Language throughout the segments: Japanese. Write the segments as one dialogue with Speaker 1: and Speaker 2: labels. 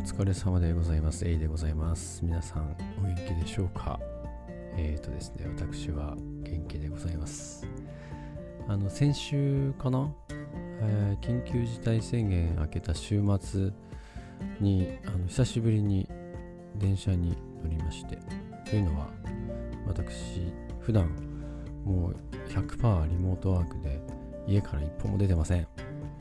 Speaker 1: 疲れ様でございます。エイでございます。皆さんお元気でしょうか？ですね、私は元気でございます。先週かな、緊急事態宣言明けた週末に久しぶりに電車に乗りまして、というのは私普段もう 100% リモートワークで家から一歩も出てません。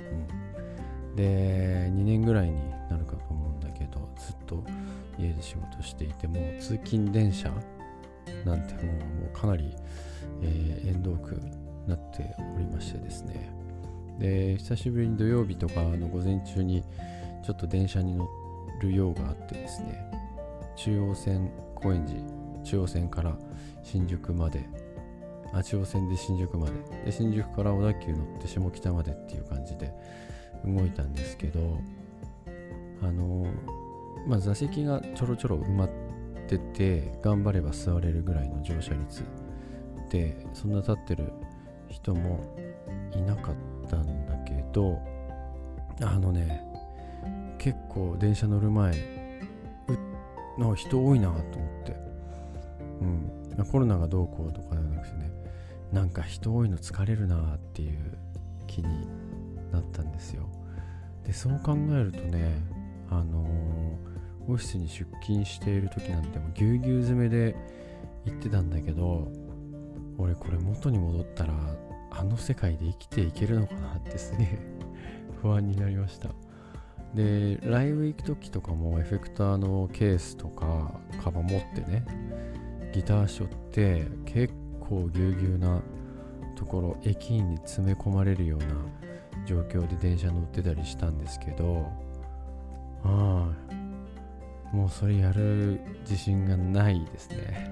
Speaker 1: で2年ぐらいになるかと思うんだけど、ずっと家で仕事していて、もう通勤電車なんてもうかなり、縁遠くなっておりましてですね。で久しぶりに土曜日とかの午前中にちょっと電車に乗る用があってですね、中央線高円寺中央線から新宿まで、中央線で新宿まで、新宿から小田急乗って下北までっていう感じで動いたんですけど、座席がちょろちょろ埋まってて、頑張れば座れるぐらいの乗車率で、そんな立ってる人もいなかったんだけど、結構電車乗る前なんか人多いなと思って、コロナがどうこうとかじゃなくてね、なんか人多いの疲れるなっていう気になったんですよ。でそう考えるとね、オフィスに出勤している時なんてもうぎゅうぎゅう詰めで行ってたんだけど、俺これ元に戻ったらあの世界で生きていけるのかなってすげえ不安になりました。でライブ行く時とかもエフェクターのケースとかカバン持ってね、ギター背負って結構ぎゅうぎゅうなところ、駅員に詰め込まれるような状況で電車乗ってたりしたんですけど、もうそれやる自信がないですね。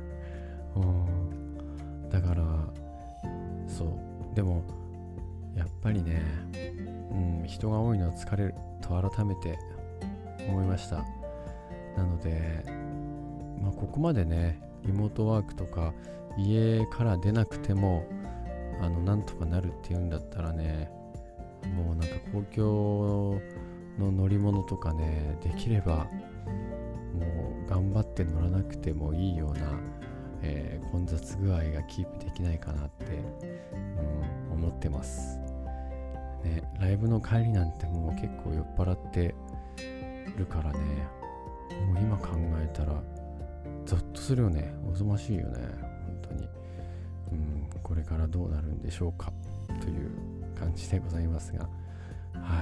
Speaker 1: だからそうでもやっぱりね、人が多いのは疲れると改めて思いました。なのでここまでねリモートワークとか家から出なくてもなんとかなるっていうんだったらね、もうなんか公共の乗り物とかね、できればもう頑張って乗らなくてもいいような、混雑具合がキープできないかなって、思ってますね。ライブの帰りなんてもう結構酔っ払ってるからね、もう今考えたらゾッとするよね。おぞましいよね本当に。これからどうなるんでしょうかという感じでございますが、はい。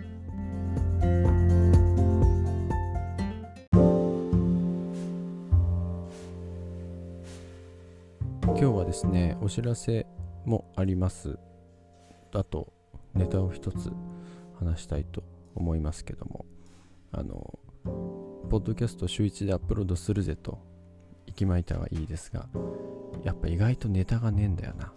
Speaker 1: 今日はですね、お知らせもあります。あとネタを一つ話したいと思いますけども、ポッドキャスト週1でアップロードするぜと息巻いたはいいですが、やっぱ意外とネタがねえんだよな。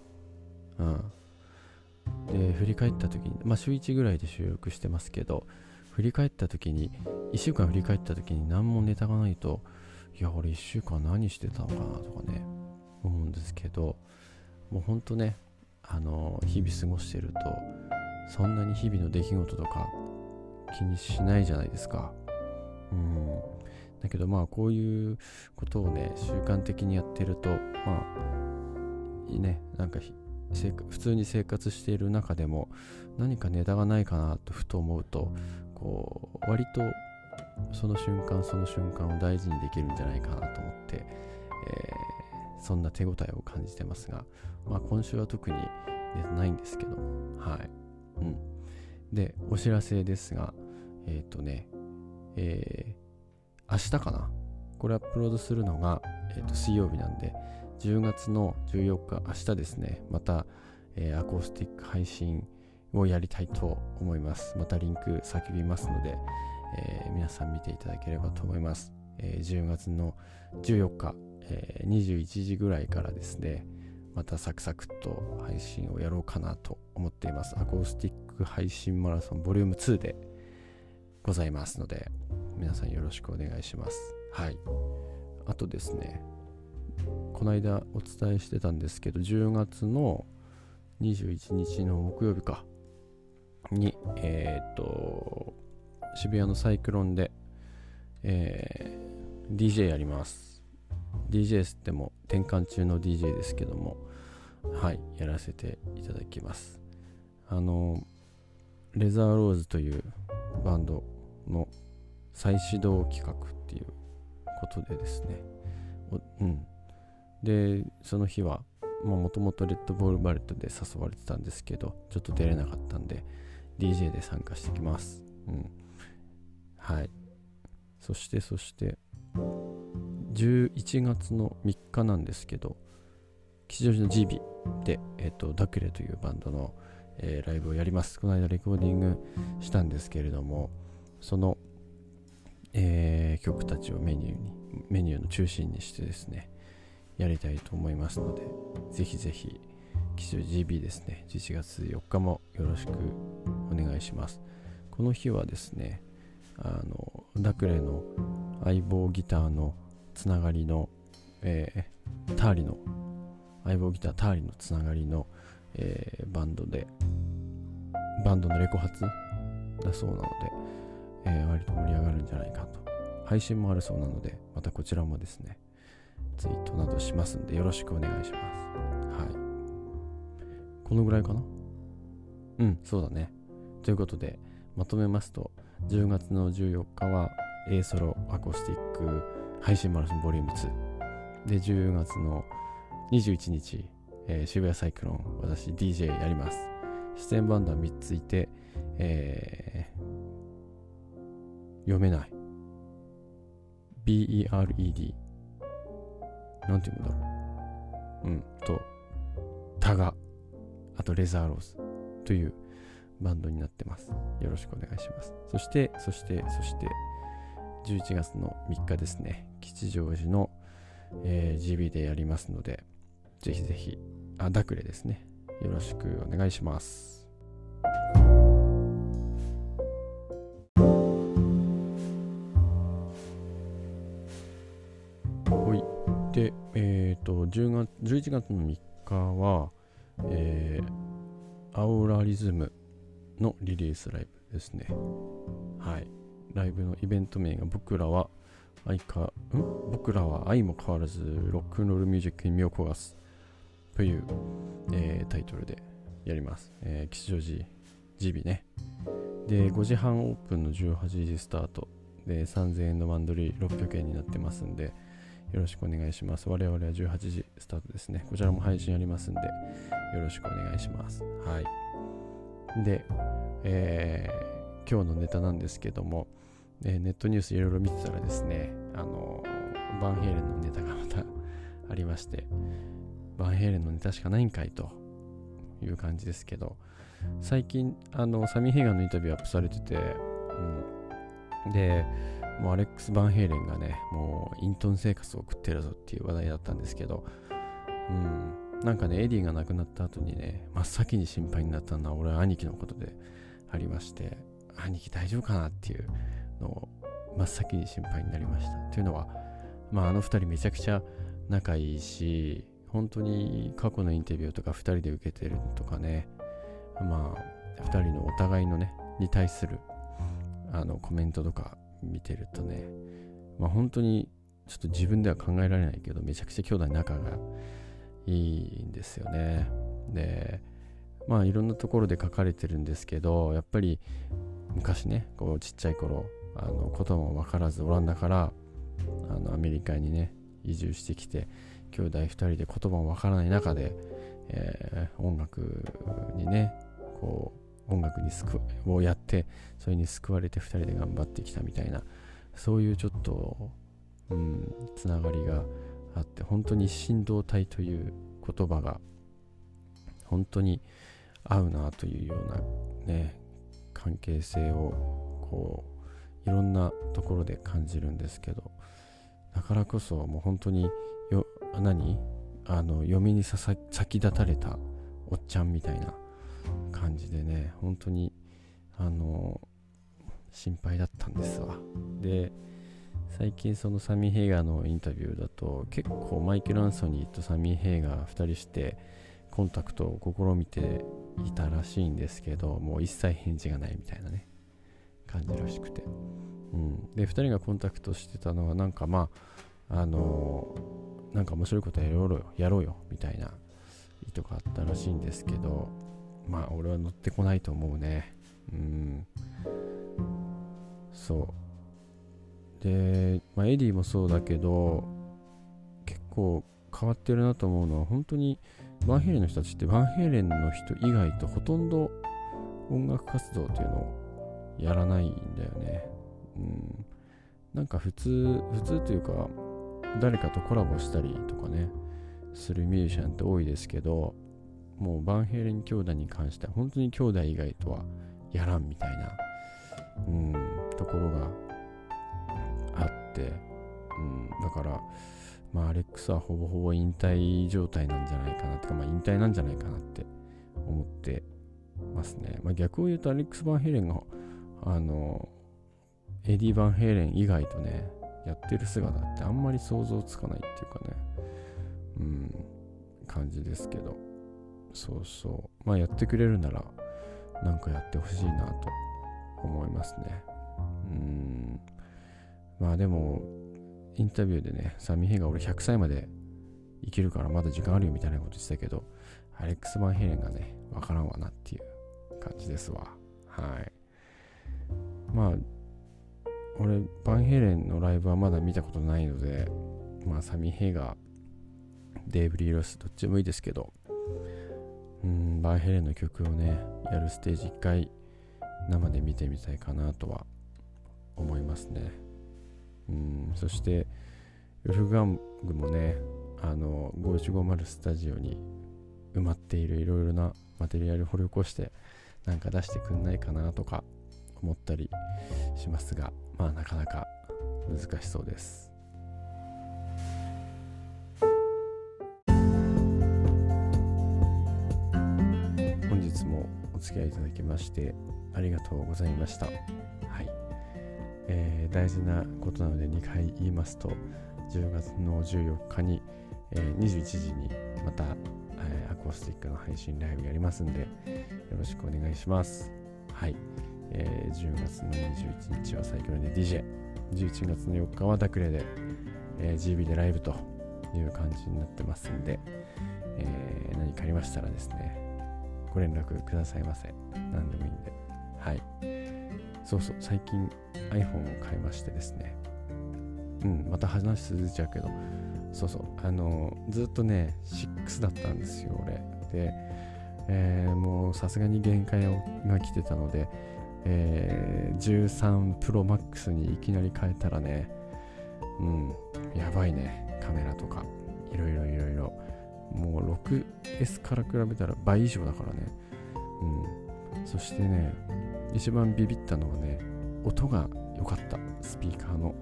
Speaker 1: で振り返った時に、週1ぐらいで収録してますけど、振り返った時に1週間振り返った時に何もネタがないと、いや俺1週間何してたのかなとかね思うんですけど、もうほんとね、日々過ごしてるとそんなに日々の出来事とか気にしないじゃないですか。だけどこういうことをね習慣的にやってるとなんか普通に生活している中でも何かネタがないかなとふと思うと、割とその瞬間その瞬間を大事にできるんじゃないかなと思って、そんな手応えを感じてますが、今週は特にネタないんですけども、はい。でお知らせですが、明日かな、これアップロードするのが、水曜日なんで10月の14日明日ですね、また、アコースティック配信をやりたいと思います。またリンク叫びますので、皆さん見ていただければと思います。10月の14日、21時ぐらいからですね、またサクサクっと配信をやろうかなと思っています。アコースティック配信マラソンボリューム2でございますので、皆さんよろしくお願いします。はい。あとですね、この間お伝えしてたんですけど、10月の21日の木曜日かに渋谷のサイクロンで、DJ やります。 DJ っつっても転換中の DJ ですけども、はい、やらせていただきます。レザーローズというバンドの再始動企画っていうことでですね、でその日はもともとレッドボールバレットで誘われてたんですけど、ちょっと出れなかったんで DJ で参加してきます。はい。そして11月の3日なんですけど、吉祥寺の GB で、ダクレというバンドの、ライブをやります。この間レコーディングしたんですけれども、その、曲たちをメニューの中心にしてですね、やりたいと思いますので、ぜひぜひ吉祥寺 GB ですね、11月4日もよろしくお願いします。この日はですね、ダクレの相棒ギターのつながりの、ターリの相棒ギターターリのつながりの、バンドのレコ発だそうなので、割と盛り上がるんじゃないかと。配信もあるそうなので、またこちらもですねツイートなどしますんでよろしくお願いします。はい、このぐらいかな。そうだね。ということでまとめますと、10月の14日は A ソロアコースティック配信マラソンボリューム2で、10月の21日、渋谷サイクロン私 DJ やります。出演バンドは3ついて、読めない BERED なんて言うんだろう、とタガ、あとレザーローズというバンドになってます。よろしくお願いします。そして11月の3日ですね、吉祥寺の、GB でやりますので、ぜひぜひダクレですね、よろしくお願いします。で、11月の3日は、アオラリズムのリリースライブですね。はい。ライブのイベント名が僕らは愛も変わらずロックンロールミュージックに身を焦がすという、タイトルでやります。吉祥寺 GB ね。で、5時半オープンの18時スタートで3000円のマンドリ600円になってますんで、よろしくお願いします。我々は18時スタートですね。こちらも配信ありますんで、よろしくお願いします。はい。で、今日のネタなんですけども、ネットニュースいろいろ見てたらですね、バンヘイレンのネタがまたありまして、バンヘイレンのネタしかないんかいという感じですけど、最近サミー・ヘイガンのインタビューアップされてて、でもうアレックス・バンヘイレンがね、もう隠遁生活を送ってるぞっていう話題だったんですけど、なんかね、エディが亡くなった後にね、真っ先に心配になったのは俺は兄貴のことでありまして、兄貴大丈夫かなっていうのを真っ先に心配になりました。というのは、あの二人めちゃくちゃ仲いいし、本当に過去のインタビューとか2人で受けてるとかね、2人のお互いのねに対するコメントとか見てるとね、本当にちょっと自分では考えられないけど、めちゃくちゃ兄弟仲がいいんですよね。で、いろんなところで書かれてるんですけど、やっぱり昔ね、こうちっちゃい頃言葉も分からずオランダからアメリカにね移住してきて、兄弟2人で言葉も分からない中で、音楽にねこう音楽にをやって、それに救われて2人で頑張ってきたみたいな、そういうちょっとつながりがあって、本当に一心同体という言葉が本当に合うなというようなね関係性をこういろんなところで感じるんですけど、だからこそもう本当に嫁に先立たれたおっちゃんみたいな感じでね、本当に心配だったんですわ。で、最近そのサミー・ヘイガーのインタビューだと、結構マイケル・アンソニーとサミー・ヘイガー2人してコンタクトを試みていたらしいんですけど、もう一切返事がないみたいなね感じらしくて、で2人がコンタクトしてたのはなんかなんか面白いことやろうよみたいな意図があったらしいんですけど、俺は乗ってこないと思うね。そうで、エディもそうだけど結構変わってるなと思うのは、本当にバンヘイレンの人たちってバンヘイレンの人以外とほとんど音楽活動っていうのをやらないんだよね。なんか普通というか、誰かとコラボしたりとかねするミュージシャンって多いですけど、もうバンヘイレン兄弟に関しては本当に兄弟以外とはやらんみたいな、ところがあって、だからアレックスはほぼほぼ引退状態なんじゃないかなってか、引退なんじゃないかなって思ってますね。逆を言うとアレックス・バンヘイレンがエディ・バンヘイレン以外とねやってる姿ってあんまり想像つかないっていうかね、感じですけど、やってくれるならなんかやってほしいなと思いますね。でもインタビューでね、サミー・ヘイが俺100歳まで生きるからまだ時間あるよみたいなこと言ってたけど、アレックス・バンヘイレンがねわからんわなっていう感じですわ。俺バンヘイレンのライブはまだ見たことないので、サミー・ヘイがデイブ・リー・ロスどっちもいいですけど、バンヘイレンの曲をねやるステージ一回生で見てみたいかなとは思いますね。そしてウルフガングもね5150スタジオに埋まっているいろいろなマテリアルを掘り起こしてなんか出してくんないかなとか思ったりしますが、なかなか難しそうです。本日もお付き合いいただきましてありがとうございました。大事なことなので2回言いますと、10月の14日に、21時にまた、アコースティックの配信ライブやりますんでよろしくお願いします。10月の21日はサイクロンで DJ、 11月の4日はダクレで、GB でライブという感じになってますんで、何かありましたらですねご連絡くださいませ。何でもいいんで。最近 iPhone を買いましてですね、また話続いちゃうけど、ずっとね6だったんですよ俺で、もうさすがに限界が来てたので、13 Pro Max にいきなり変えたらね、やばいね。カメラとかいろいろもう 6S から比べたら倍以上だからね。そしてね一番ビビったのはね、音が良かった。スピーカーの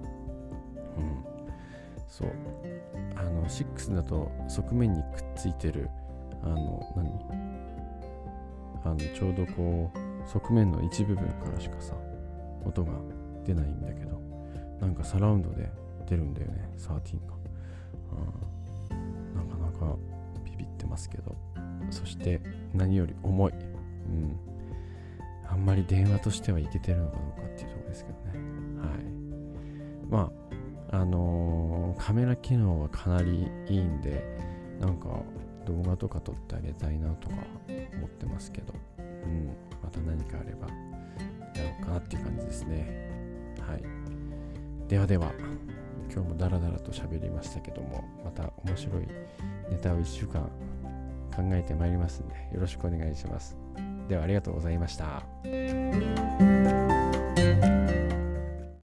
Speaker 1: 6だと側面にくっついてるちょうどこう側面の一部分からしかさ音が出ないんだけど、なんかサラウンドで出るんだよね13が。なかなかビビってますけど、そして何より重い。あんまり電話としてはいけてるのかどうかっていうところですけどね。カメラ機能はかなりいいんで、なんか動画とか撮ってあげたいなとか思ってますけど、また何かあればやろうかなっていう感じですね。では今日もダラダラと喋りましたけども、また面白いネタを1週間考えてまいりますんでよろしくお願いします。ではありがとうございました。